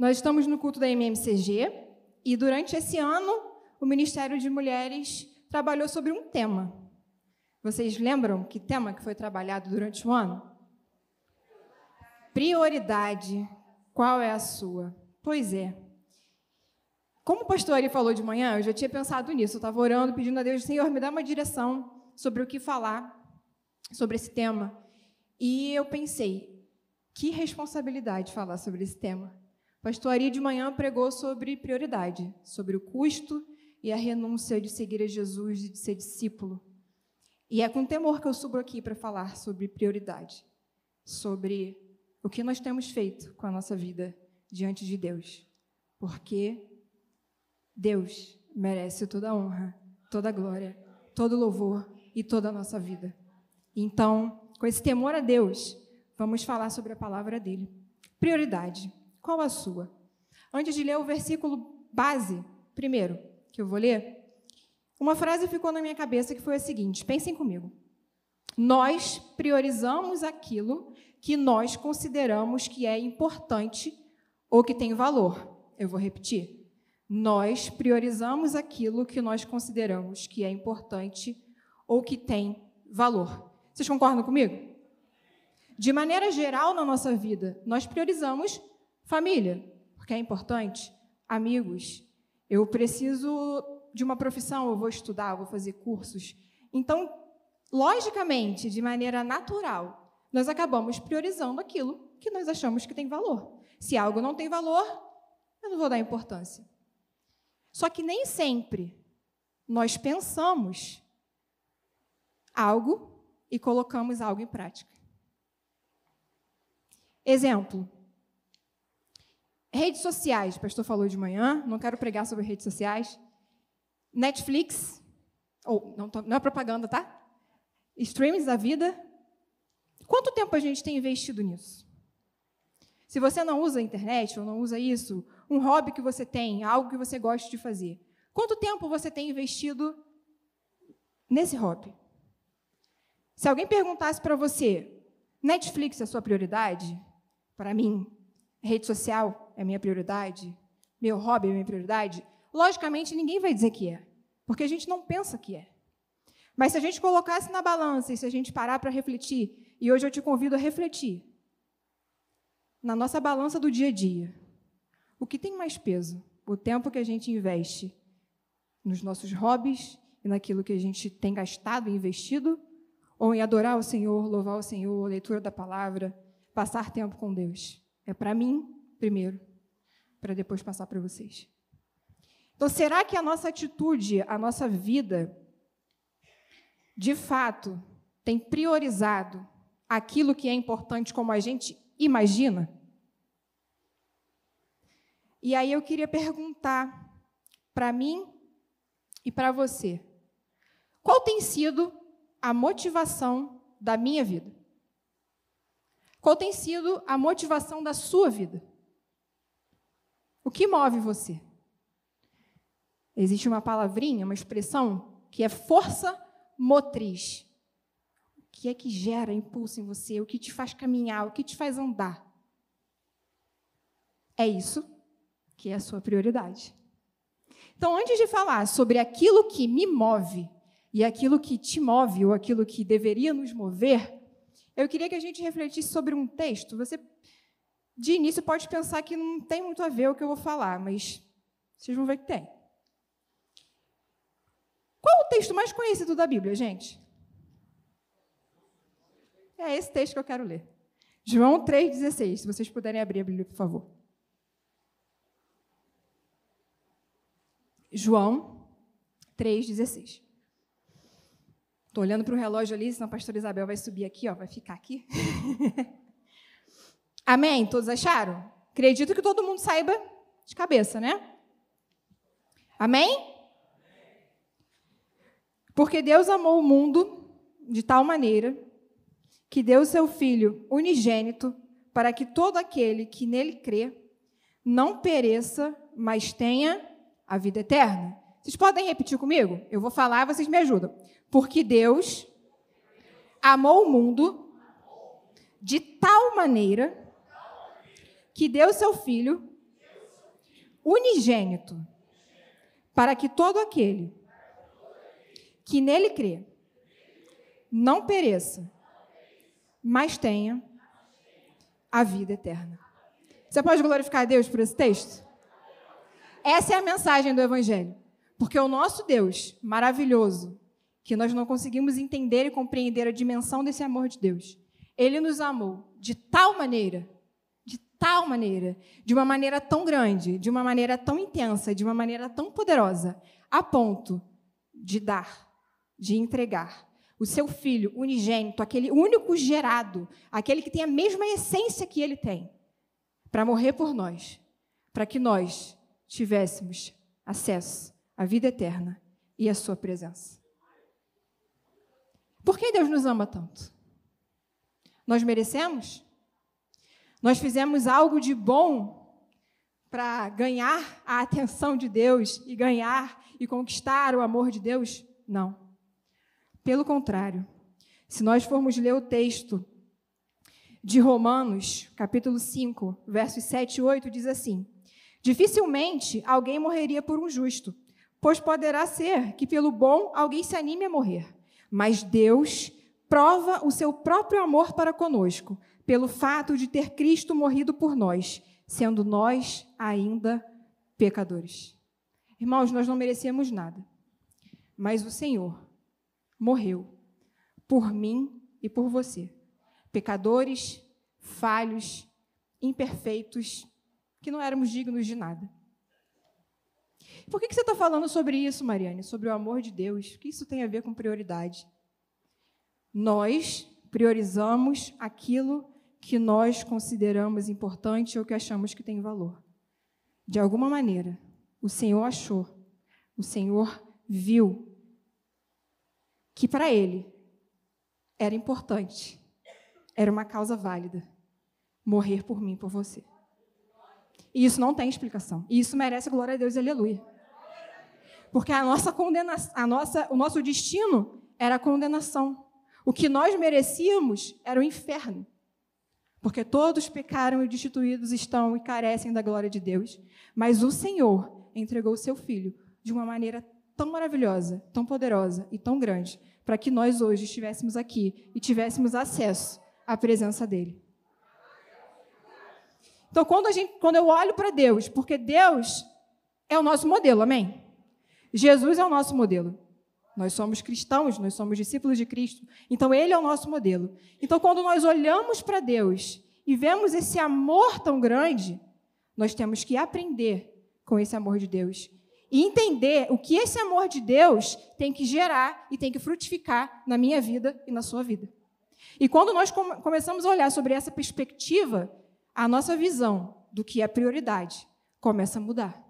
Nós estamos no culto da MMCG e, durante esse ano, o Ministério de Mulheres trabalhou sobre um tema. Vocês lembram que tema que foi trabalhado durante o ano? Prioridade. Qual é a sua? Pois é. Como o pastor Ari falou de manhã, eu já tinha pensado nisso. Eu estava orando, pedindo a Deus, Senhor, me dá uma direção sobre o que falar sobre esse tema. E eu pensei, que responsabilidade falar sobre esse tema. O pastor Ari de manhã pregou sobre prioridade, sobre o custo e a renúncia de seguir a Jesus e de ser discípulo. E é com temor que eu subo aqui para falar sobre prioridade, sobre o que nós temos feito com a nossa vida diante de Deus. Porque Deus merece toda a honra, toda a glória, todo o louvor e toda a nossa vida. Então, com esse temor a Deus, vamos falar sobre a palavra dele. Prioridade. Qual a sua? Antes de ler o versículo base, primeiro, que eu vou ler, uma frase ficou na minha cabeça que foi a seguinte, pensem comigo. Nós priorizamos aquilo que nós consideramos que é importante ou que tem valor. Eu vou repetir. Nós priorizamos aquilo que nós consideramos que é importante ou que tem valor. Vocês concordam comigo? De maneira geral, na nossa vida, nós priorizamos família, porque é importante, amigos. Eu preciso de uma profissão, eu vou estudar, eu vou fazer cursos. Então, logicamente, de maneira natural, nós acabamos priorizando aquilo que nós achamos que tem valor. Se algo não tem valor, eu não vou dar importância. Só que nem sempre nós pensamos algo e colocamos algo em prática. Exemplo. Redes sociais, o pastor falou de manhã, não quero pregar sobre redes sociais. Netflix, não é propaganda, tá? Streams da vida. Quanto tempo a gente tem investido nisso? Se você não usa a internet ou não usa isso, um hobby que você tem, algo que você gosta de fazer, quanto tempo você tem investido nesse hobby? Se alguém perguntasse para você, Netflix é a sua prioridade? Para mim, rede social é a minha prioridade? Meu hobby é a minha prioridade? Logicamente, ninguém vai dizer que é, porque a gente não pensa que é. Mas se a gente colocasse na balança e se a gente parar para refletir, e hoje eu te convido a refletir, na nossa balança do dia a dia, o que tem mais peso? O tempo que a gente investe nos nossos hobbies e naquilo que a gente tem gastado e investido, ou em adorar o Senhor, louvar o Senhor, leitura da palavra, passar tempo com Deus? É para mim, primeiro, para depois passar para vocês. Então, será que a nossa atitude, a nossa vida, de fato, tem priorizado aquilo que é importante como a gente imagina? E aí eu queria perguntar para mim e para você, qual tem sido a motivação da minha vida? Qual tem sido a motivação da sua vida? O que move você? Existe uma palavrinha, uma expressão, que é força motriz. O que é que gera impulso em você? O que te faz caminhar? O que te faz andar? É isso que é a sua prioridade. Então, antes de falar sobre aquilo que me move e aquilo que te move ou aquilo que deveria nos mover, eu queria que a gente refletisse sobre um texto. Você, de início, pode pensar que não tem muito a ver o que eu vou falar, mas vocês vão ver que tem. Qual o texto mais conhecido da Bíblia, gente? É esse texto que eu quero ler. João 3,16. Se vocês puderem abrir a Bíblia, por favor. João 3,16. Estou olhando para o relógio ali, senão a pastora Isabel vai subir aqui, vai ficar aqui. Amém? Todos acharam? Acredito que todo mundo saiba de cabeça, né? Amém? Porque Deus amou o mundo de tal maneira que deu o seu Filho unigênito para que todo aquele que nele crê não pereça, mas tenha a vida eterna. Vocês podem repetir comigo? Eu vou falar, vocês me ajudam. Porque Deus amou o mundo de tal maneira que deu o seu Filho unigênito, para que todo aquele que nele crê não pereça, mas tenha a vida eterna. Você pode glorificar a Deus por esse texto? Essa é a mensagem do Evangelho. Porque o nosso Deus, maravilhoso, que nós não conseguimos entender e compreender a dimensão desse amor de Deus, Ele nos amou de uma maneira tão grande, de uma maneira tão intensa, de uma maneira tão poderosa, a ponto de dar, de entregar o seu Filho unigênito, aquele único gerado, aquele que tem a mesma essência que Ele tem, para morrer por nós, para que nós tivéssemos acesso à vida eterna e à sua presença. Por que Deus nos ama tanto? Nós merecemos? Nós fizemos algo de bom para ganhar a atenção de Deus e ganhar e conquistar o amor de Deus? Não. Pelo contrário, se nós formos ler o texto de Romanos, capítulo 5, versos 7 e 8, diz assim: dificilmente alguém morreria por um justo, pois poderá ser que pelo bom alguém se anime a morrer. Mas Deus prova o seu próprio amor para conosco, pelo fato de ter Cristo morrido por nós, sendo nós ainda pecadores. Irmãos, nós não merecíamos nada, mas o Senhor morreu por mim e por você, pecadores, falhos, imperfeitos, que não éramos dignos de nada. Por que você está falando sobre isso, Mariane? Sobre o amor de Deus? O que isso tem a ver com prioridade? Nós priorizamos aquilo que nós consideramos importante ou que achamos que tem valor. De alguma maneira, o Senhor achou, o Senhor viu que para Ele era importante, era uma causa válida, morrer por mim, por você. E isso não tem explicação. E isso merece glória a Deus, aleluia. Porque a nossa condenação, o nosso destino era a condenação. O que nós merecíamos era o inferno. Porque todos pecaram e destituídos estão e carecem da glória de Deus. Mas o Senhor entregou o seu Filho de uma maneira tão maravilhosa, tão poderosa e tão grande, para que nós hoje estivéssemos aqui e tivéssemos acesso à presença dEle. Então, quando eu olho para Deus, porque Deus é o nosso modelo, amém? Jesus é o nosso modelo. Nós somos cristãos, nós somos discípulos de Cristo, então Ele é o nosso modelo. Então, quando nós olhamos para Deus e vemos esse amor tão grande, nós temos que aprender com esse amor de Deus e entender o que esse amor de Deus tem que gerar e tem que frutificar na minha vida e na sua vida. E quando nós começamos a olhar sobre essa perspectiva, a nossa visão do que é prioridade começa a mudar.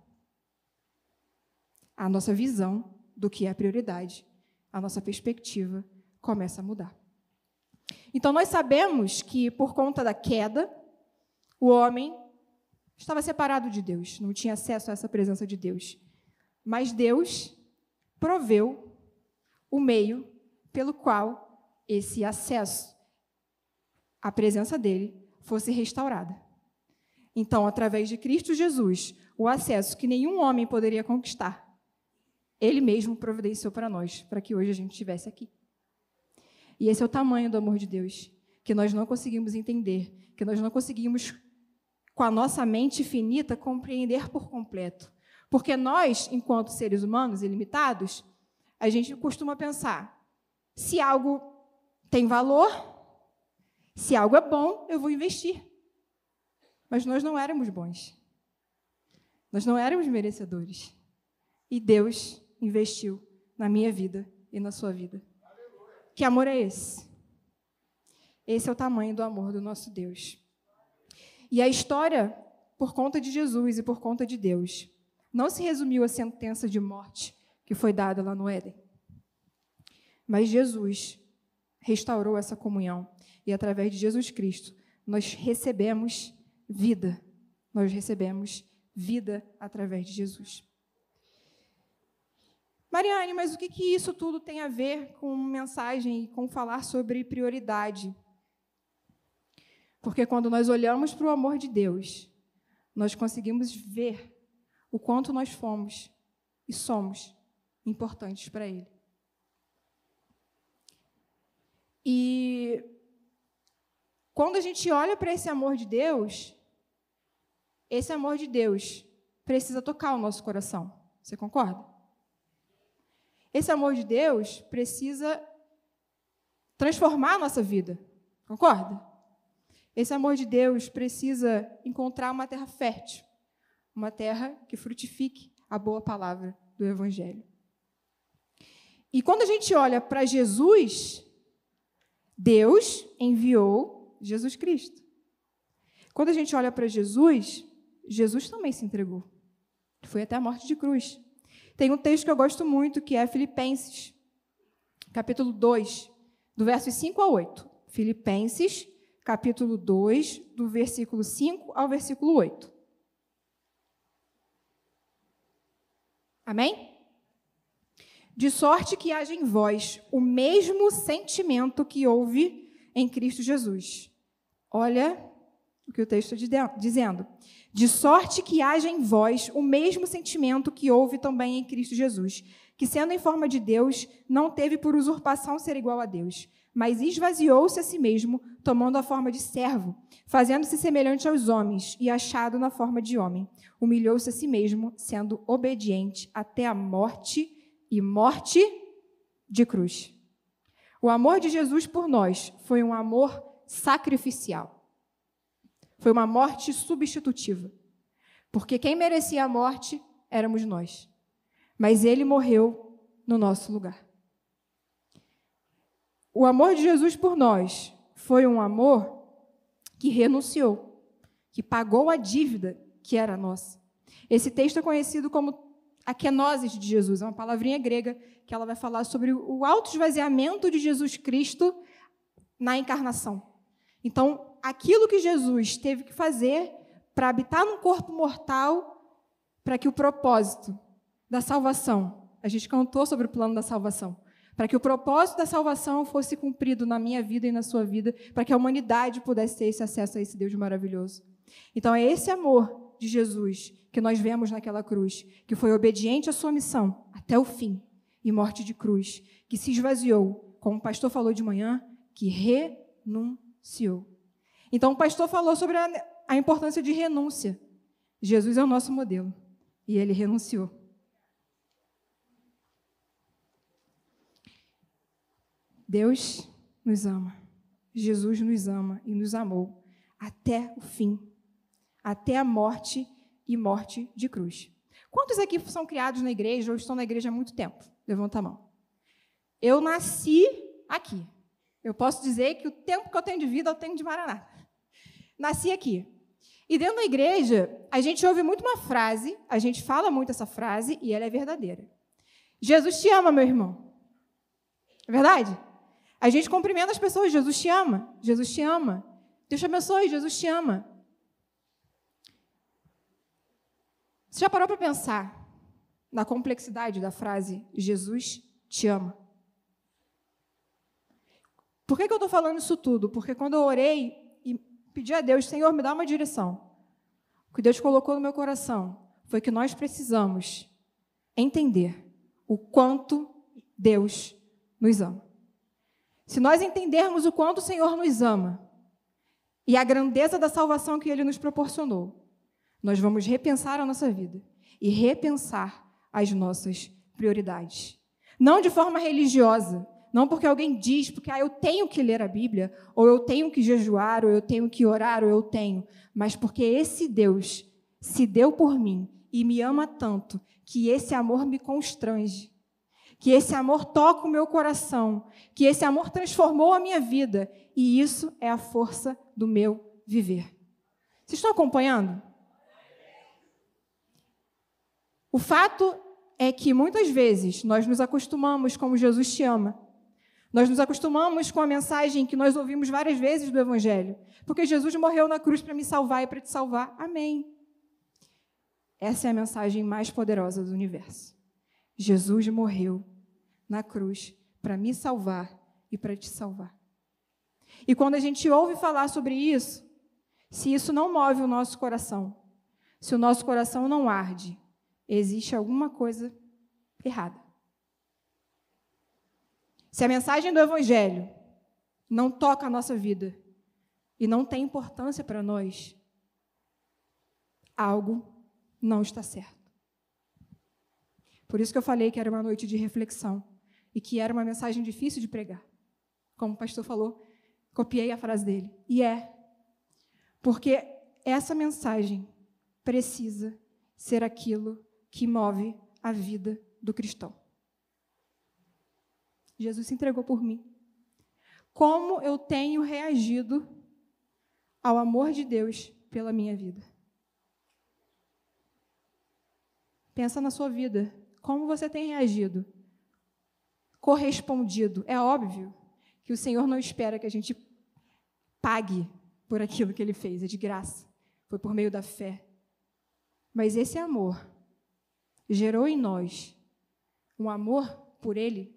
A nossa visão do que é prioridade, a nossa perspectiva começa a mudar. Então, nós sabemos que, por conta da queda, o homem estava separado de Deus, não tinha acesso a essa presença de Deus. Mas Deus proveu o meio pelo qual esse acesso à presença dele fosse restaurada. Então, através de Cristo Jesus, o acesso que nenhum homem poderia conquistar, Ele mesmo providenciou para nós, para que hoje a gente estivesse aqui. E esse é o tamanho do amor de Deus, que nós não conseguimos entender, que nós não conseguimos, com a nossa mente finita, compreender por completo. Porque nós, enquanto seres humanos ilimitados, a gente costuma pensar, se algo tem valor, se algo é bom, eu vou investir. Mas nós não éramos bons. Nós não éramos merecedores. E Deus investiu na minha vida e na sua vida. Que amor é esse? Esse é o tamanho do amor do nosso Deus. E a história, por conta de Jesus e por conta de Deus, não se resumiu à sentença de morte que foi dada lá no Éden. Mas Jesus restaurou essa comunhão. E através de Jesus Cristo, nós recebemos vida. Nós recebemos vida através de Jesus. Mariane, mas o que isso tudo tem a ver com mensagem e com falar sobre prioridade? Porque quando nós olhamos para o amor de Deus, nós conseguimos ver o quanto nós fomos e somos importantes para Ele. E quando a gente olha para esse amor de Deus precisa tocar o nosso coração. Você concorda? Esse amor de Deus precisa transformar a nossa vida. Concorda? Esse amor de Deus precisa encontrar uma terra fértil, uma terra que frutifique a boa palavra do Evangelho. E quando a gente olha para Jesus, Deus enviou Jesus Cristo. Quando a gente olha para Jesus, Jesus também se entregou. Foi até a morte de cruz. Tem um texto que eu gosto muito, que é Filipenses, capítulo 2, do versos 5 a 8. Filipenses, capítulo 2, do versículo 5 ao versículo 8. Amém? De sorte que haja em vós o mesmo sentimento que houve em Cristo Jesus. Olha o que o texto está dizendo. De sorte que haja em vós o mesmo sentimento que houve também em Cristo Jesus, que, sendo em forma de Deus, não teve por usurpação ser igual a Deus, mas esvaziou-se a si mesmo, tomando a forma de servo, fazendo-se semelhante aos homens, e achado na forma de homem. Humilhou-se a si mesmo, sendo obediente até a morte, e morte de cruz. O amor de Jesus por nós foi um amor sacrificial. Foi uma morte substitutiva. Porque quem merecia a morte éramos nós. Mas ele morreu no nosso lugar. O amor de Jesus por nós foi um amor que renunciou, que pagou a dívida que era nossa. Esse texto é conhecido como a kenosis de Jesus, é uma palavrinha grega que ela vai falar sobre o autoesvaziamento de Jesus Cristo na encarnação. Então, aquilo que Jesus teve que fazer para habitar num corpo mortal, para que o propósito da salvação, a gente cantou sobre o plano da salvação, para que o propósito da salvação fosse cumprido na minha vida e na sua vida, para que a humanidade pudesse ter esse acesso a esse Deus maravilhoso. Então, é esse amor de Jesus que nós vemos naquela cruz, que foi obediente à sua missão até o fim, e morte de cruz, que se esvaziou, como o pastor falou de manhã, que renunciou. Então, o pastor falou sobre a importância de renúncia. Jesus é o nosso modelo, e ele renunciou. Deus nos ama, Jesus nos ama e nos amou até o fim, até a morte e morte de cruz. Quantos aqui são criados na igreja ou estão na igreja há muito tempo? Levanta a mão. Eu nasci aqui. Eu posso dizer que o tempo que eu tenho de vida, eu tenho de Maranata. Nasci aqui. E dentro da igreja, a gente ouve muito uma frase, a gente fala muito essa frase, e ela é verdadeira. Jesus te ama, meu irmão. É verdade? A gente cumprimenta as pessoas, Jesus te ama, Jesus te ama. Deus te abençoe, Jesus te ama. Você já parou para pensar na complexidade da frase Jesus te ama? Por que eu estou falando isso tudo? Porque quando eu orei e pedi a Deus, Senhor, me dá uma direção, o que Deus colocou no meu coração foi que nós precisamos entender o quanto Deus nos ama. Se nós entendermos o quanto o Senhor nos ama e a grandeza da salvação que Ele nos proporcionou, nós vamos repensar a nossa vida e repensar as nossas prioridades. Não de forma religiosa, não porque alguém diz, porque eu tenho que ler a Bíblia, ou eu tenho que jejuar, ou eu tenho que orar, ou eu tenho, mas porque esse Deus se deu por mim e me ama tanto que esse amor me constrange, que esse amor toca o meu coração, que esse amor transformou a minha vida, e isso é a força do meu viver. Vocês estão acompanhando? O fato é que, muitas vezes, nós nos acostumamos como Jesus te ama. Nós nos acostumamos com a mensagem que nós ouvimos várias vezes do Evangelho, porque Jesus morreu na cruz para me salvar e para te salvar. Amém. Essa é a mensagem mais poderosa do universo. Jesus morreu na cruz para me salvar e para te salvar. E quando a gente ouve falar sobre isso, se isso não move o nosso coração, se o nosso coração não arde, existe alguma coisa errada. Se a mensagem do Evangelho não toca a nossa vida e não tem importância para nós, algo não está certo. Por isso que eu falei que era uma noite de reflexão e que era uma mensagem difícil de pregar. Como o pastor falou, copiei a frase dele. E porque essa mensagem precisa ser aquilo que move a vida do cristão. Jesus se entregou por mim. Como eu tenho reagido ao amor de Deus pela minha vida? Pensa na sua vida. Como você tem reagido? Correspondido. É óbvio que o Senhor não espera que a gente pague por aquilo que Ele fez. É de graça. Foi por meio da fé. Mas esse amor gerou em nós um amor por Ele.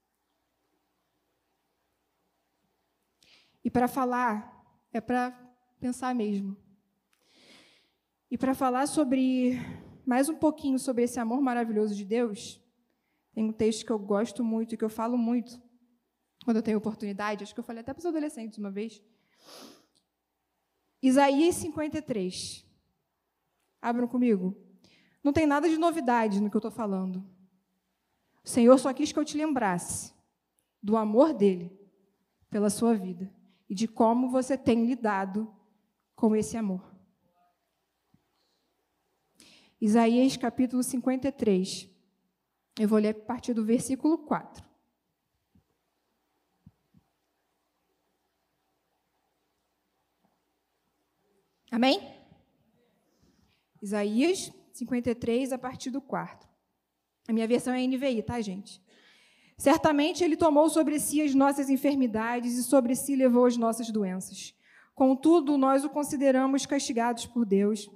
E para falar, é para pensar mesmo. E para falar mais um pouquinho sobre esse amor maravilhoso de Deus, tem um texto que eu gosto muito e que eu falo muito quando eu tenho oportunidade, acho que eu falei até para os adolescentes uma vez. Isaías 53. Abram comigo. Não tem nada de novidade no que eu estou falando. O Senhor só quis que eu te lembrasse do amor dele pela sua vida e de como você tem lidado com esse amor. Isaías capítulo 53. Eu vou ler a partir do versículo 4. Amém? Isaías 53, a partir do 4. A minha versão é NVI, tá, gente? Certamente Ele tomou sobre si as nossas enfermidades e sobre si levou as nossas doenças. Contudo, nós o consideramos castigado por Deus,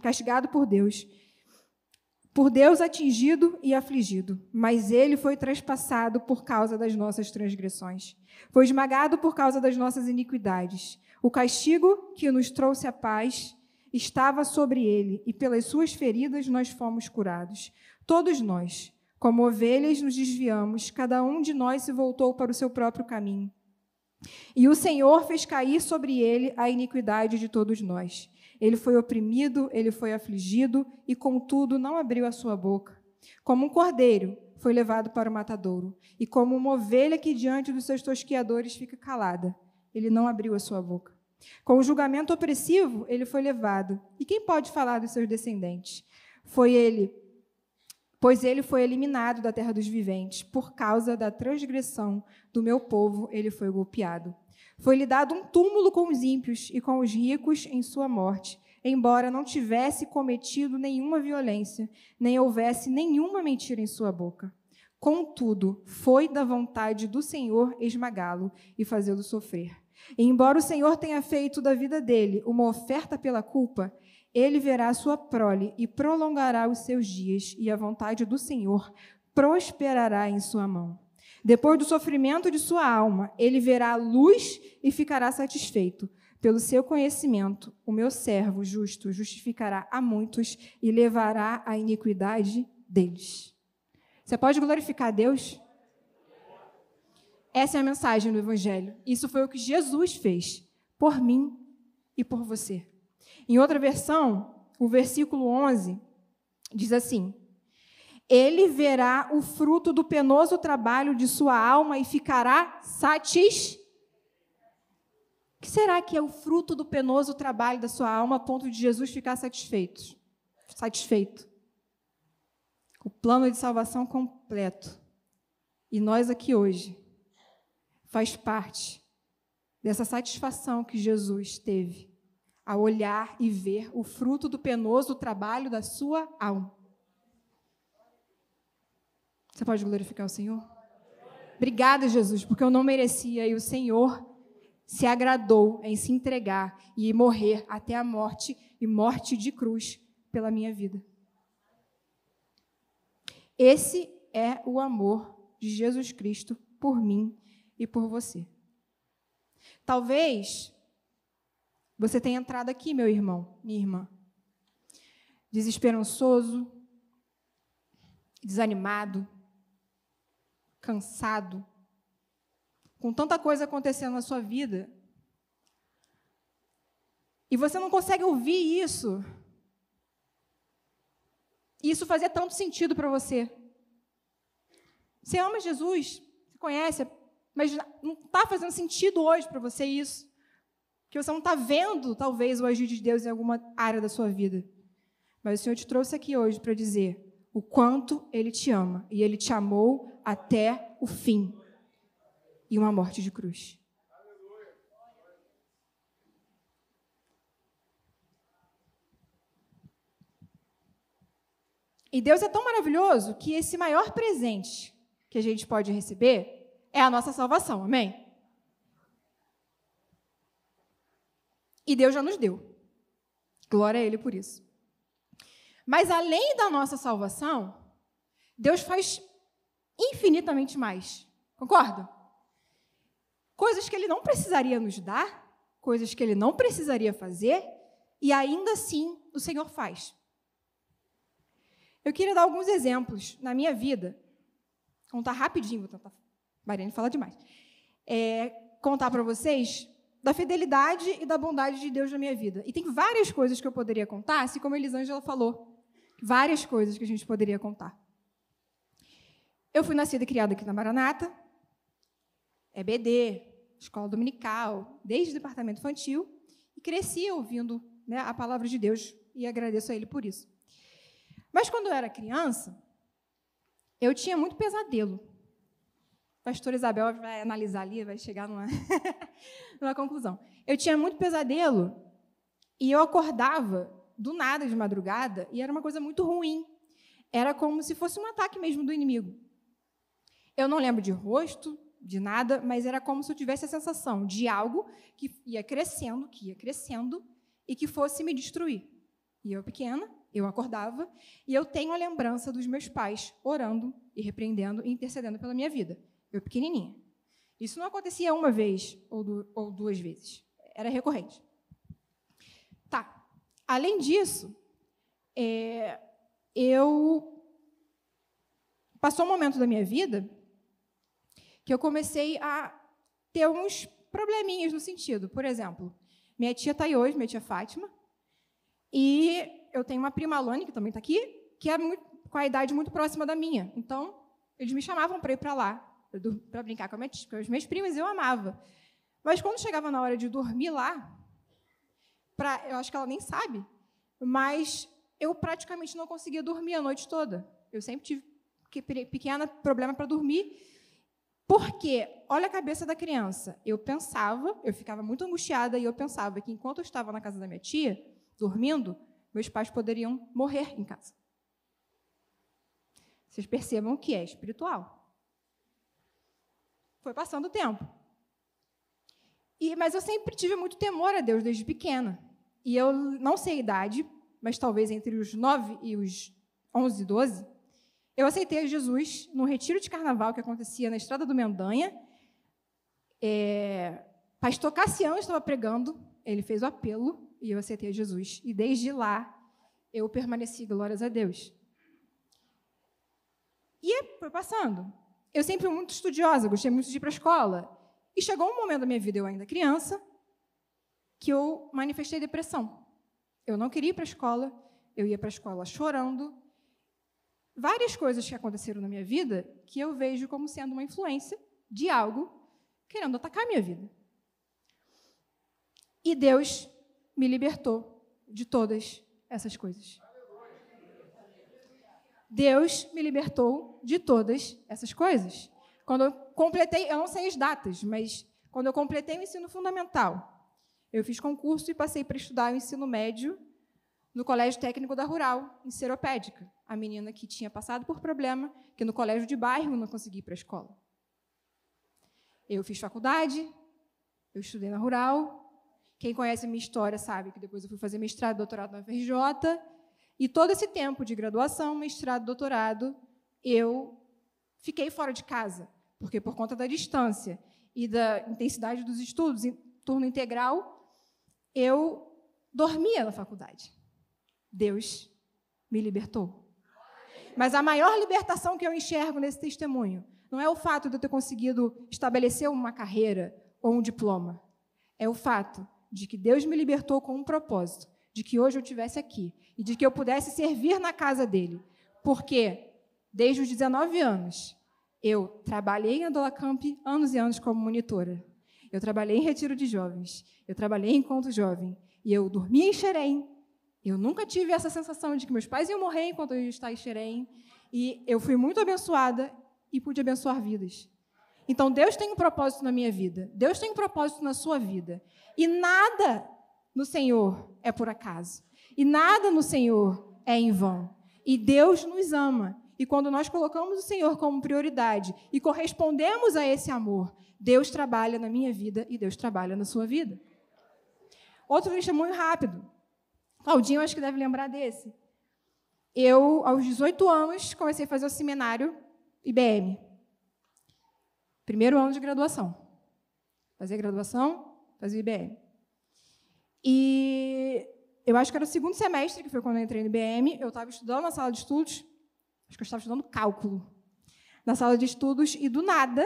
atingido e afligido, mas Ele foi traspassado por causa das nossas transgressões. Foi esmagado por causa das nossas iniquidades. O castigo que nos trouxe a paz estava sobre Ele, e pelas suas feridas nós fomos curados. Todos nós, como ovelhas, nos desviamos, cada um de nós se voltou para o seu próprio caminho. E o Senhor fez cair sobre Ele a iniquidade de todos nós. Ele foi oprimido, ele foi afligido, e contudo não abriu a sua boca. Como um cordeiro foi levado para o matadouro, e como uma ovelha que diante dos seus tosqueadores fica calada, ele não abriu a sua boca. Com o julgamento opressivo, ele foi levado. E quem pode falar dos seus descendentes? Pois ele foi eliminado da terra dos viventes. Por causa da transgressão do meu povo, ele foi golpeado. Foi-lhe dado um túmulo com os ímpios e com os ricos em sua morte, embora não tivesse cometido nenhuma violência, nem houvesse nenhuma mentira em sua boca. Contudo, foi da vontade do Senhor esmagá-lo e fazê-lo sofrer. E embora o Senhor tenha feito da vida dele uma oferta pela culpa, ele verá a sua prole e prolongará os seus dias, e a vontade do Senhor prosperará em sua mão. Depois do sofrimento de sua alma, ele verá a luz e ficará satisfeito. Pelo seu conhecimento, o meu servo justo justificará a muitos e levará a iniquidade deles. Você pode glorificar a Deus? Essa é a mensagem do Evangelho. Isso foi o que Jesus fez por mim e por você. Em outra versão, o versículo 11 diz assim: ele verá o fruto do penoso trabalho de sua alma e ficará satisfeito. O que será que é o fruto do penoso trabalho da sua alma a ponto de Jesus ficar satisfeito? O plano de salvação completo. E nós aqui hoje faz parte dessa satisfação que Jesus teve ao olhar e ver o fruto do penoso trabalho da sua alma. Você pode glorificar o Senhor? Obrigada, Jesus, porque eu não merecia e o Senhor se agradou em se entregar e morrer até a morte e morte de cruz pela minha vida. Esse é o amor de Jesus Cristo por mim e por você. Talvez você tenha entrado aqui, meu irmão, minha irmã, desesperançoso, desanimado, cansado, com tanta coisa acontecendo na sua vida, e você não consegue ouvir isso, e isso fazia tanto sentido para você. Você ama Jesus, você conhece, mas não está fazendo sentido hoje para você isso, que você não está vendo, talvez, o agir de Deus em alguma área da sua vida. Mas o Senhor te trouxe aqui hoje para dizer o quanto Ele te ama, e Ele te amou até o fim, e uma morte de cruz. E Deus é tão maravilhoso que esse maior presente que a gente pode receber é a nossa salvação, amém? E Deus já nos deu. Glória a Ele por isso. Mas, além da nossa salvação, Deus faz infinitamente mais. Concorda? Coisas que Ele não precisaria nos dar, coisas que Ele não precisaria fazer, e ainda assim o Senhor faz. Eu queria dar alguns exemplos na minha vida. Contar rapidinho, vou tentar. Mariane fala demais. Contar para vocês da fidelidade e da bondade de Deus na minha vida. E tem várias coisas que eu poderia contar, assim como a Elisângela falou. Várias coisas que a gente poderia contar. Eu fui nascida e criada aqui na Maranata, EBD, escola dominical, desde o departamento infantil, e cresci ouvindo, né, a palavra de Deus, e agradeço a Ele por isso. Mas, quando eu era criança, eu tinha muito pesadelo. A pastora Isabel vai analisar ali, vai chegar numa conclusão. Eu tinha muito pesadelo e eu acordava do nada de madrugada e era uma coisa muito ruim. Era como se fosse um ataque mesmo do inimigo. Eu não lembro de rosto, de nada, mas era como se eu tivesse a sensação de algo que ia crescendo e que fosse me destruir. E eu, pequena, eu acordava e eu tenho a lembrança dos meus pais orando e repreendendo e intercedendo pela minha vida. Eu, pequenininha. Isso não acontecia uma vez ou duas vezes. Era recorrente. Tá. Além disso, passou um momento da minha vida que eu comecei a ter uns probleminhas no sentido. Por exemplo, minha tia está aí hoje, minha tia Fátima, e eu tenho uma prima, Alane, que também está aqui, que é com a idade muito próxima da minha. Então, eles me chamavam para ir para lá, para brincar com as minhas primas, e eu amava. Mas, quando chegava na hora de dormir lá, eu acho que ela nem sabe, mas eu praticamente não conseguia dormir a noite toda. Eu sempre tive pequeno problema para dormir, porque, olha a cabeça da criança, eu ficava muito angustiada, e eu pensava que, enquanto eu estava na casa da minha tia, dormindo, meus pais poderiam morrer em casa. Vocês percebam que é espiritual. Foi passando o tempo. Mas eu sempre tive muito temor a Deus desde pequena. E eu não sei a idade, mas talvez entre os 9 e os 11, 12, eu aceitei Jesus num retiro de carnaval que acontecia na Estrada do Mendanha. Pastor Cassiano estava pregando, ele fez o apelo, e eu aceitei Jesus. E desde lá, eu permaneci, glórias a Deus. E foi passando. Eu sempre fui muito estudiosa, gostei muito de ir para a escola. E chegou um momento da minha vida, eu ainda criança, que eu manifestei depressão. Eu não queria ir para a escola, eu ia para a escola chorando. Várias coisas que aconteceram na minha vida que eu vejo como sendo uma influência de algo querendo atacar a minha vida. E Deus me libertou de todas essas coisas. Deus me libertou de todas essas coisas. Quando eu completei, eu não sei as datas, mas quando eu completei o ensino fundamental, eu fiz concurso e passei para estudar o ensino médio no Colégio Técnico da Rural, em Seropédica. A menina que tinha passado por problema, que no colégio de bairro não conseguia ir para a escola. Eu fiz faculdade, eu estudei na Rural. Quem conhece a minha história sabe que depois eu fui fazer mestrado e doutorado na UFRJ. E todo esse tempo de graduação, mestrado, doutorado, eu fiquei fora de casa, porque por conta da distância e da intensidade dos estudos, em turno integral, eu dormia na faculdade. Deus me libertou. Mas a maior libertação que eu enxergo nesse testemunho não é o fato de eu ter conseguido estabelecer uma carreira ou um diploma. É o fato de que Deus me libertou com um propósito, de que hoje eu estivesse aqui e de que eu pudesse servir na casa dele. Porque, desde os 19 anos, eu trabalhei em Adolacamp anos e anos como monitora. Eu trabalhei em retiro de jovens. Eu trabalhei em encontro jovem. E eu dormia em Xerém. Eu nunca tive essa sensação de que meus pais iam morrer enquanto eu ia estar em Xerém. E eu fui muito abençoada e pude abençoar vidas. Então, Deus tem um propósito na minha vida. Deus tem um propósito na sua vida. E nada no Senhor é por acaso. E nada no Senhor é em vão. E Deus nos ama. E quando nós colocamos o Senhor como prioridade e correspondemos a esse amor, Deus trabalha na minha vida e Deus trabalha na sua vida. Outro testemunho rápido. Claudinho, acho que deve lembrar desse. Eu, aos 18 anos, comecei a fazer o seminário IBM. Primeiro ano de graduação. Fazia graduação, fazia IBM. E eu acho que era o segundo semestre, que foi quando eu entrei no IBM, eu estava estudando na sala de estudos, acho que eu estava estudando cálculo, na sala de estudos, e do nada,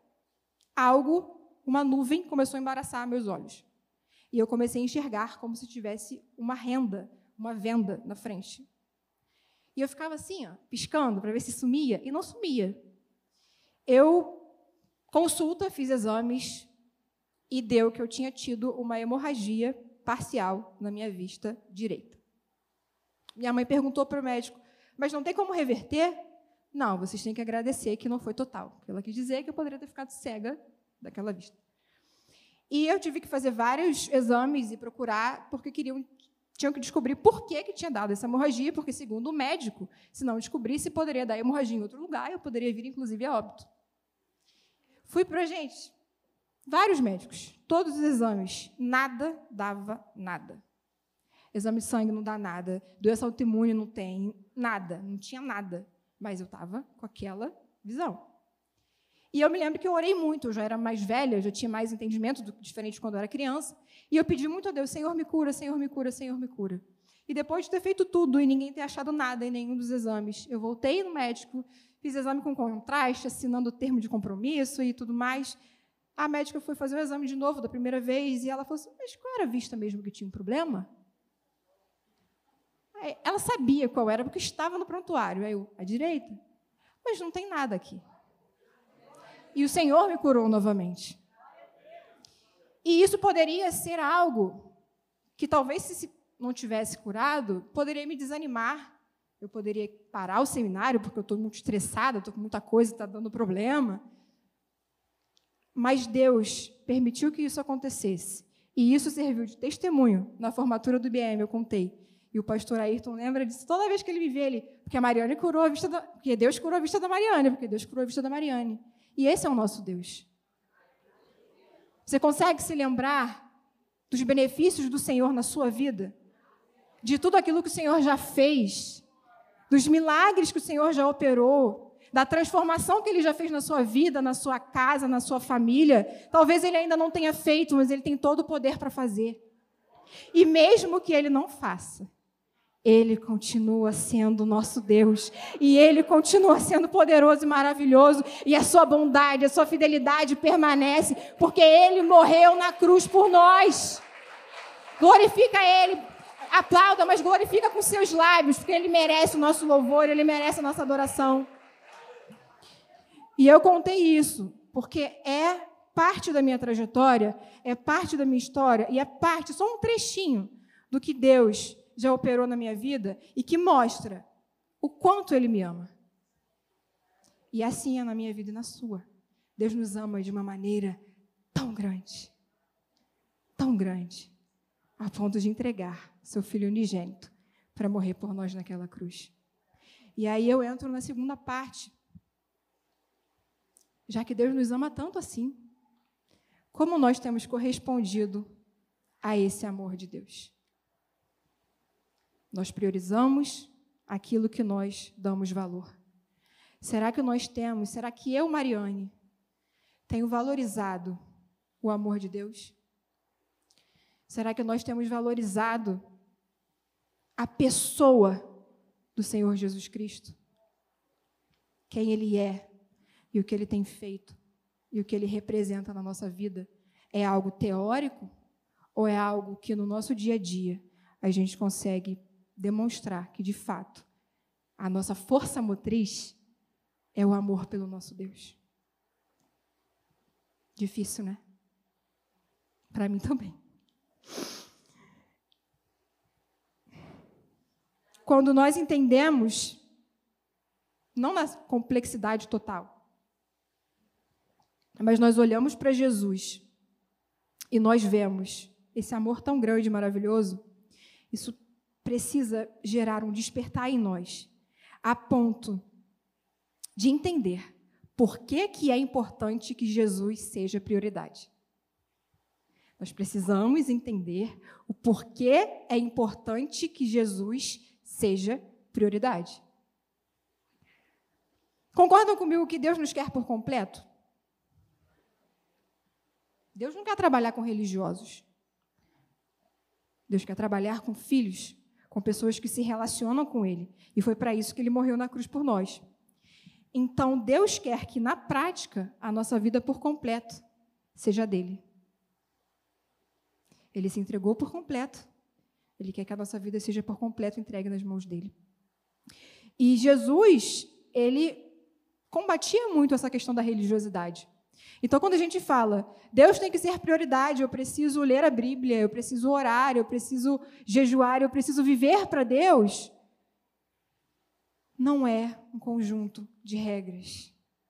uma nuvem começou a embaraçar meus olhos. E eu comecei a enxergar como se tivesse uma venda na frente. E eu ficava assim, piscando, para ver se sumia, e não sumia. Eu, fiz exames, e deu que eu tinha tido uma hemorragia parcial na minha vista direita. Minha mãe perguntou para o médico, mas não tem como reverter? Não, vocês têm que agradecer que não foi total. Porque ela quis dizer que eu poderia ter ficado cega daquela vista. E eu tive que fazer vários exames e procurar, porque tinham que descobrir por que tinha dado essa hemorragia, porque, segundo o médico, se não descobrisse, poderia dar hemorragia em outro lugar, e eu poderia vir, inclusive, a óbito. Fui para, vários médicos, todos os exames, nada dava nada. Exame de sangue não dá nada, doença autoimune não tem nada, não tinha nada. Mas eu estava com aquela visão. E eu me lembro que eu orei muito, eu já era mais velha, já tinha mais entendimento, diferente de quando eu era criança, e eu pedi muito a Deus, Senhor, me cura, Senhor, me cura, Senhor, me cura. E depois de ter feito tudo e ninguém ter achado nada em nenhum dos exames, eu voltei no médico, fiz exame com contraste, assinando o termo de compromisso e tudo mais. A médica foi fazer o exame de novo, da primeira vez, e ela falou assim, mas qual era a vista mesmo que tinha um problema? Ela sabia qual era, porque estava no prontuário. Aí eu, à direita? Mas não tem nada aqui. E o Senhor me curou novamente. E isso poderia ser algo que, talvez, se não tivesse curado, poderia me desanimar. Eu poderia parar o seminário, porque eu estou muito estressada, estou com muita coisa, está dando problema. Mas Deus permitiu que isso acontecesse. E isso serviu de testemunho na formatura do IBM, eu contei. E o pastor Ayrton lembra disso toda vez que ele me vê, porque a Mariane curou a vista porque Deus curou a vista da Mariane, porque Deus curou a vista da Mariane. E esse é o nosso Deus. Você consegue se lembrar dos benefícios do Senhor na sua vida? De tudo aquilo que o Senhor já fez? Dos milagres que o Senhor já operou? Da transformação que Ele já fez na sua vida, na sua casa, na sua família? Talvez Ele ainda não tenha feito, mas Ele tem todo o poder para fazer. E mesmo que Ele não faça, Ele continua sendo o nosso Deus. E Ele continua sendo poderoso e maravilhoso. E a sua bondade, a sua fidelidade permanece, porque Ele morreu na cruz por nós. Glorifica Ele. Aplauda, mas glorifica com seus lábios, porque Ele merece o nosso louvor, Ele merece a nossa adoração. E eu contei isso, porque é parte da minha trajetória, é parte da minha história, e é parte, só um trechinho do que Deus já operou na minha vida e que mostra o quanto Ele me ama. E assim é na minha vida e na sua. Deus nos ama de uma maneira tão grande, a ponto de entregar seu Filho unigênito para morrer por nós naquela cruz. E aí eu entro na segunda parte. Já que Deus nos ama tanto assim, como nós temos correspondido a esse amor de Deus? Nós priorizamos aquilo que nós damos valor. Será que eu, Mariane, tenho valorizado o amor de Deus? Será que nós temos valorizado a pessoa do Senhor Jesus Cristo? quem Ele é e o que Ele tem feito e o que Ele representa na nossa vida é algo teórico ou é algo que no nosso dia a dia a gente consegue demonstrar que, de fato, a nossa força motriz é o amor pelo nosso Deus? Difícil, né? Para mim também. Quando nós entendemos, não na complexidade total, mas nós olhamos para Jesus e nós vemos esse amor tão grande e maravilhoso, isso precisa gerar um despertar em nós, a ponto de entender por que é importante que Jesus seja prioridade. Nós precisamos entender o porquê é importante que Jesus seja prioridade. Concordam comigo que Deus nos quer por completo? Deus não quer trabalhar com religiosos. Deus quer trabalhar com filhos, com pessoas que se relacionam com Ele. E foi para isso que Ele morreu na cruz por nós. Então, Deus quer que, na prática, a nossa vida por completo seja dele. Ele se entregou por completo. Ele quer que a nossa vida seja por completo entregue nas mãos dele. E Jesus, ele combatia muito essa questão da religiosidade. Então, quando a gente fala, Deus tem que ser prioridade, eu preciso ler a Bíblia, eu preciso orar, eu preciso jejuar, eu preciso viver para Deus, não é um conjunto de regras.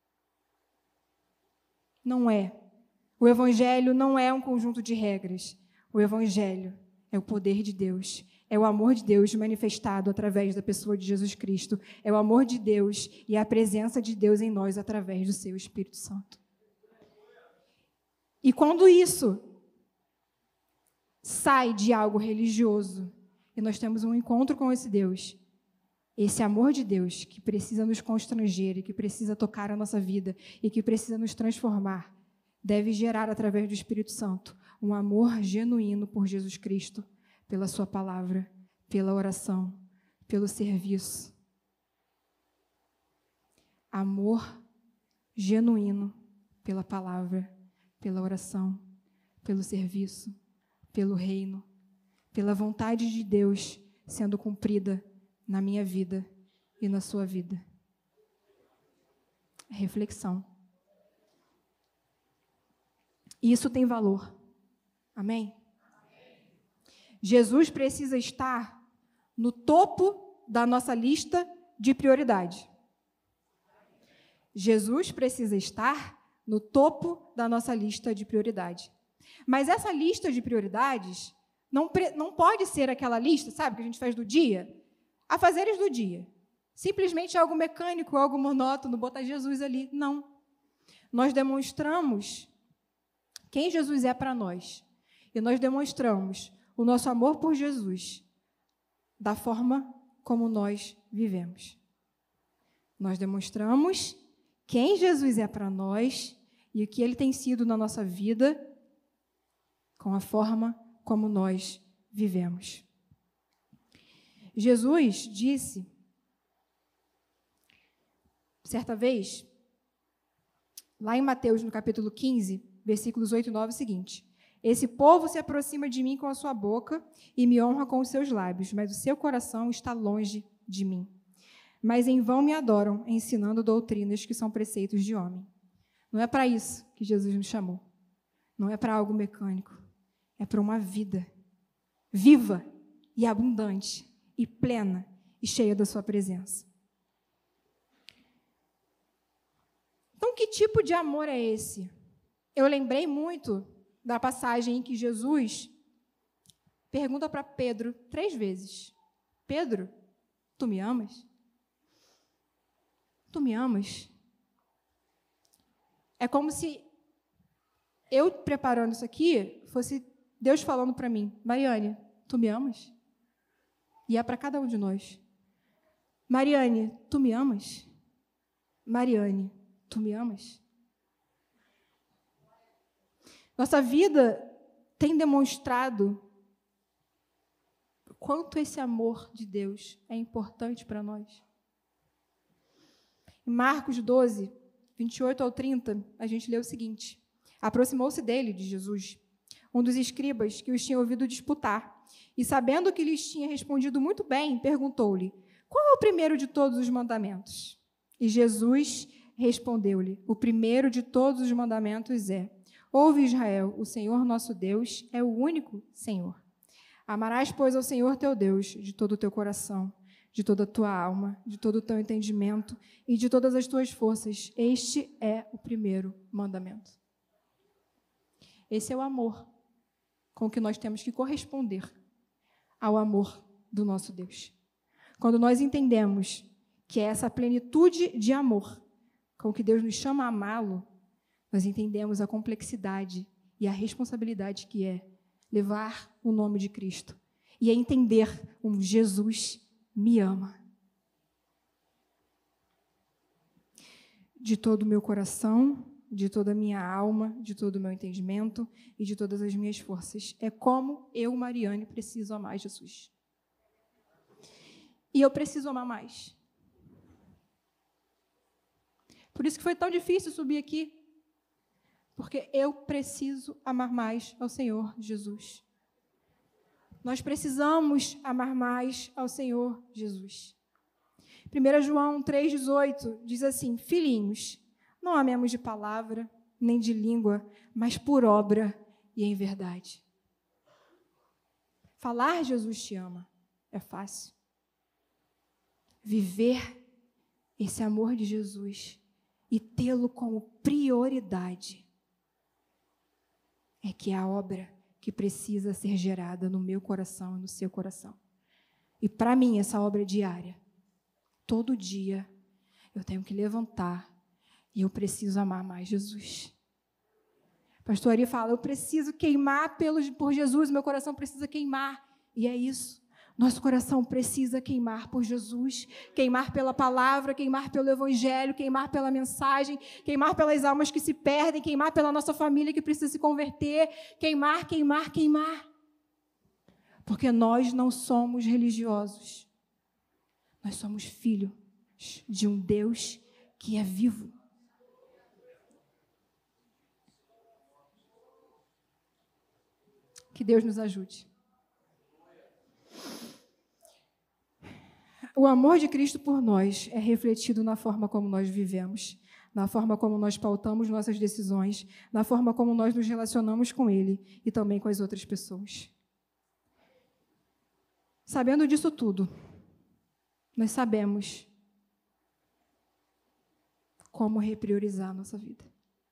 Não é. O Evangelho não é um conjunto de regras. O Evangelho é o poder de Deus, é o amor de Deus manifestado através da pessoa de Jesus Cristo, é o amor de Deus e a presença de Deus em nós através do seu Espírito Santo. E quando isso sai de algo religioso e nós temos um encontro com esse Deus, esse amor de Deus que precisa nos constranger e que precisa tocar a nossa vida e que precisa nos transformar, deve gerar através do Espírito Santo um amor genuíno por Jesus Cristo, pela sua palavra, pela oração, pelo serviço. Amor genuíno pela palavra, pela oração, pelo serviço, pelo reino, pela vontade de Deus sendo cumprida na minha vida e na sua vida. Reflexão. Isso tem valor. Amém? Jesus precisa estar no topo da nossa lista de prioridade. Jesus precisa estar no topo da nossa lista de prioridade. Mas essa lista de prioridades não pode ser aquela lista, sabe, que a gente faz do dia, afazeres do dia. Simplesmente algo mecânico, algo monótono, botar Jesus ali. Não. Nós demonstramos quem Jesus é para nós. E nós demonstramos o nosso amor por Jesus da forma como nós vivemos. Nós demonstramos quem Jesus é para nós e o que Ele tem sido na nossa vida com a forma como nós vivemos. Jesus disse, certa vez, lá em Mateus, no capítulo 15, versículos 8 e 9, o seguinte: esse povo se aproxima de mim com a sua boca e me honra com os seus lábios, mas o seu coração está longe de mim. Mas em vão me adoram, ensinando doutrinas que são preceitos de homem. Não é para isso que Jesus nos chamou. Não é para algo mecânico. É para uma vida viva e abundante e plena e cheia da sua presença. Então, que tipo de amor é esse? Eu lembrei muito da passagem em que Jesus pergunta para Pedro 3 vezes: Pedro, tu me amas? Tu me amas? É como se eu preparando isso aqui fosse Deus falando para mim: Mariane, tu me amas? E é para cada um de nós. Mariane, tu me amas? Mariane, tu me amas? Nossa vida tem demonstrado o quanto esse amor de Deus é importante para nós. Em Marcos 12, 28 ao 30, a gente lê o seguinte: aproximou-se dele, de Jesus, um dos escribas que os tinha ouvido disputar, e sabendo que lhes tinha respondido muito bem, perguntou-lhe: qual é o primeiro de todos os mandamentos? E Jesus respondeu-lhe: o primeiro de todos os mandamentos é: ouve, Israel, o Senhor nosso Deus é o único Senhor. Amarás, pois, ao Senhor teu Deus de todo o teu coração, de toda a tua alma, de todo o teu entendimento e de todas as tuas forças. Este é o primeiro mandamento. Esse é o amor com que nós temos que corresponder ao amor do nosso Deus. Quando nós entendemos que é essa plenitude de amor com que Deus nos chama a amá-lo, nós entendemos a complexidade e a responsabilidade que é levar o nome de Cristo e é entender um Jesus me ama. De todo o meu coração, de toda a minha alma, de todo o meu entendimento e de todas as minhas forças. É como eu, Mariane, preciso amar Jesus. E eu preciso amar mais. Por isso que foi tão difícil subir aqui. Porque eu preciso amar mais ao Senhor Jesus. Nós precisamos amar mais ao Senhor Jesus. 1 João 3,18 diz assim: filhinhos, não amemos de palavra, nem de língua, mas por obra e em verdade. Falar Jesus te ama é fácil. Viver esse amor de Jesus e tê-lo como prioridade é que é a obra que precisa ser gerada no meu coração e no seu coração. E para mim, essa obra é diária. Todo dia eu tenho que levantar e eu preciso amar mais Jesus. Pastor Ari fala, eu preciso queimar por Jesus, meu coração precisa queimar. E é isso. Nosso coração precisa queimar por Jesus, queimar pela palavra, queimar pelo evangelho, queimar pela mensagem, queimar pelas almas que se perdem, queimar pela nossa família que precisa se converter, queimar, queimar, queimar. Porque nós não somos religiosos. Nós somos filhos de um Deus que é vivo. Que Deus nos ajude. O amor de Cristo por nós é refletido na forma como nós vivemos, na forma como nós pautamos nossas decisões, na forma como nós nos relacionamos com Ele e também com as outras pessoas. Sabendo disso tudo, nós sabemos como repriorizar a nossa vida.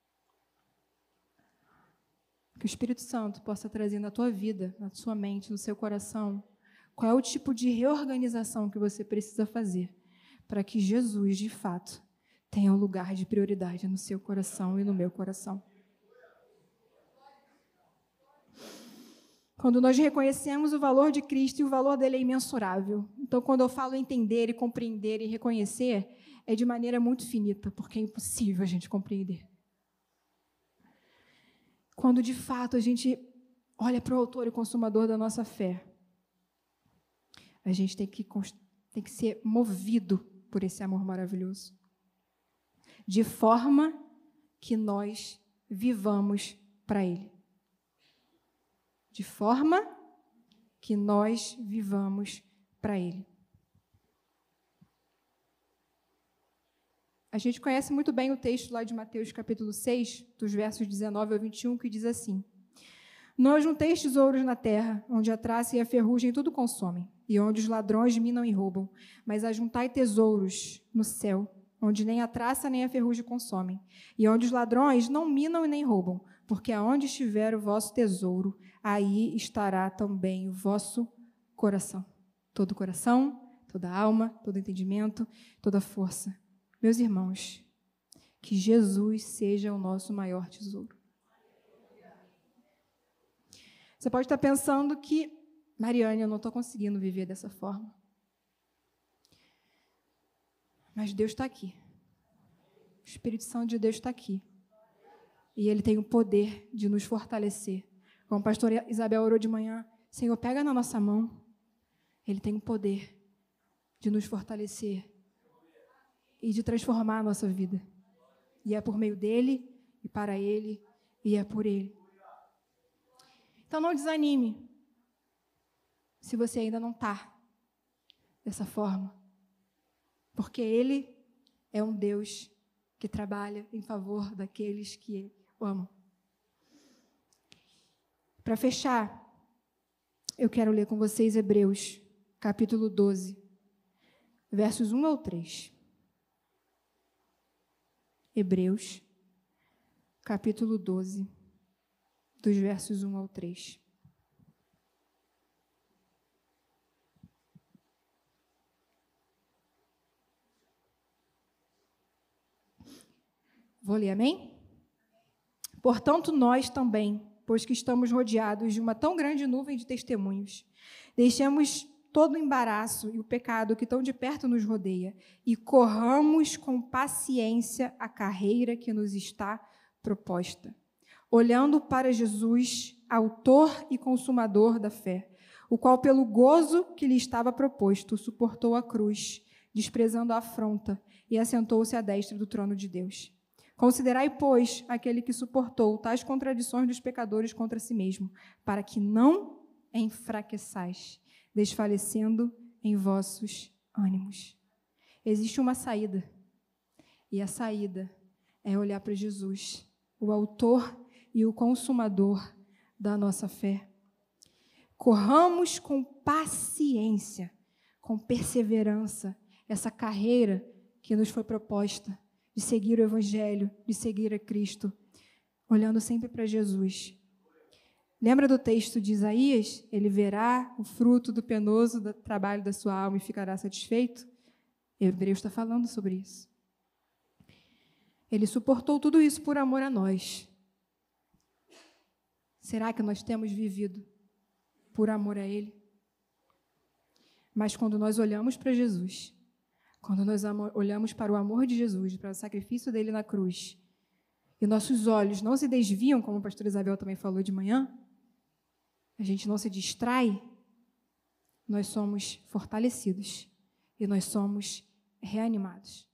Que o Espírito Santo possa trazer na tua vida, na sua mente, no seu coração, qual é o tipo de reorganização que você precisa fazer para que Jesus, de fato, tenha um lugar de prioridade no seu coração e no meu coração. Quando nós reconhecemos o valor de Cristo, e o valor dele é imensurável. Então, quando eu falo entender e compreender e reconhecer, é de maneira muito finita, porque é impossível a gente compreender. Quando, de fato, a gente olha para o autor e consumador da nossa fé, a gente tem que ser movido por esse amor maravilhoso. De forma que nós vivamos para Ele. De forma que nós vivamos para Ele. A gente conhece muito bem o texto lá de Mateus capítulo 6, dos versos 19 ao 21, que diz assim: não ajunteis tesouros na terra, onde a traça e a ferrugem tudo consomem, e onde os ladrões minam e roubam, mas ajuntai tesouros no céu, onde nem a traça nem a ferrugem consomem, e onde os ladrões não minam e nem roubam, porque aonde estiver o vosso tesouro, aí estará também o vosso coração. Todo coração, toda alma, todo entendimento, toda força. Meus irmãos, que Jesus seja o nosso maior tesouro. Você pode estar pensando que, Mariane, eu não estou conseguindo viver dessa forma. Mas Deus está aqui. O Espírito Santo de Deus está aqui. E Ele tem o poder de nos fortalecer. Como a pastora Isabel orou de manhã, Senhor, pega na nossa mão. Ele tem o poder de nos fortalecer e de transformar a nossa vida. E é por meio dele, e para ele, e é por ele. Então não desanime, se você ainda não está dessa forma. Porque ele é um Deus que trabalha em favor daqueles que o amam. Para fechar, eu quero ler com vocês Hebreus, capítulo 12, versos 1 ao 3. Hebreus, capítulo 12, dos versos 1 ao 3. Vou ler, amém? Portanto, nós também, pois que estamos rodeados de uma tão grande nuvem de testemunhos, deixemos todo o embaraço e o pecado que tão de perto nos rodeia e corramos com paciência a carreira que nos está proposta, olhando para Jesus, autor e consumador da fé, o qual, pelo gozo que lhe estava proposto, suportou a cruz, desprezando a afronta, e assentou-se à destra do trono de Deus. Considerai, pois, aquele que suportou tais contradições dos pecadores contra si mesmo, para que não enfraqueçais, desfalecendo em vossos ânimos. Existe uma saída, e a saída é olhar para Jesus, o autor e o consumador da nossa fé. Corramos com paciência, com perseverança, essa carreira que nos foi proposta, de seguir o Evangelho, de seguir a Cristo, olhando sempre para Jesus. Lembra do texto de Isaías? Ele verá o fruto do penoso trabalho da sua alma e ficará satisfeito? Hebreus está falando sobre isso. Ele suportou tudo isso por amor a nós. Será que nós temos vivido por amor a Ele? Mas quando nós olhamos para Jesus, quando nós olhamos para o amor de Jesus, para o sacrifício dele na cruz, e nossos olhos não se desviam, como a pastora Isabel também falou de manhã, a gente não se distrai, nós somos fortalecidos e nós somos reanimados.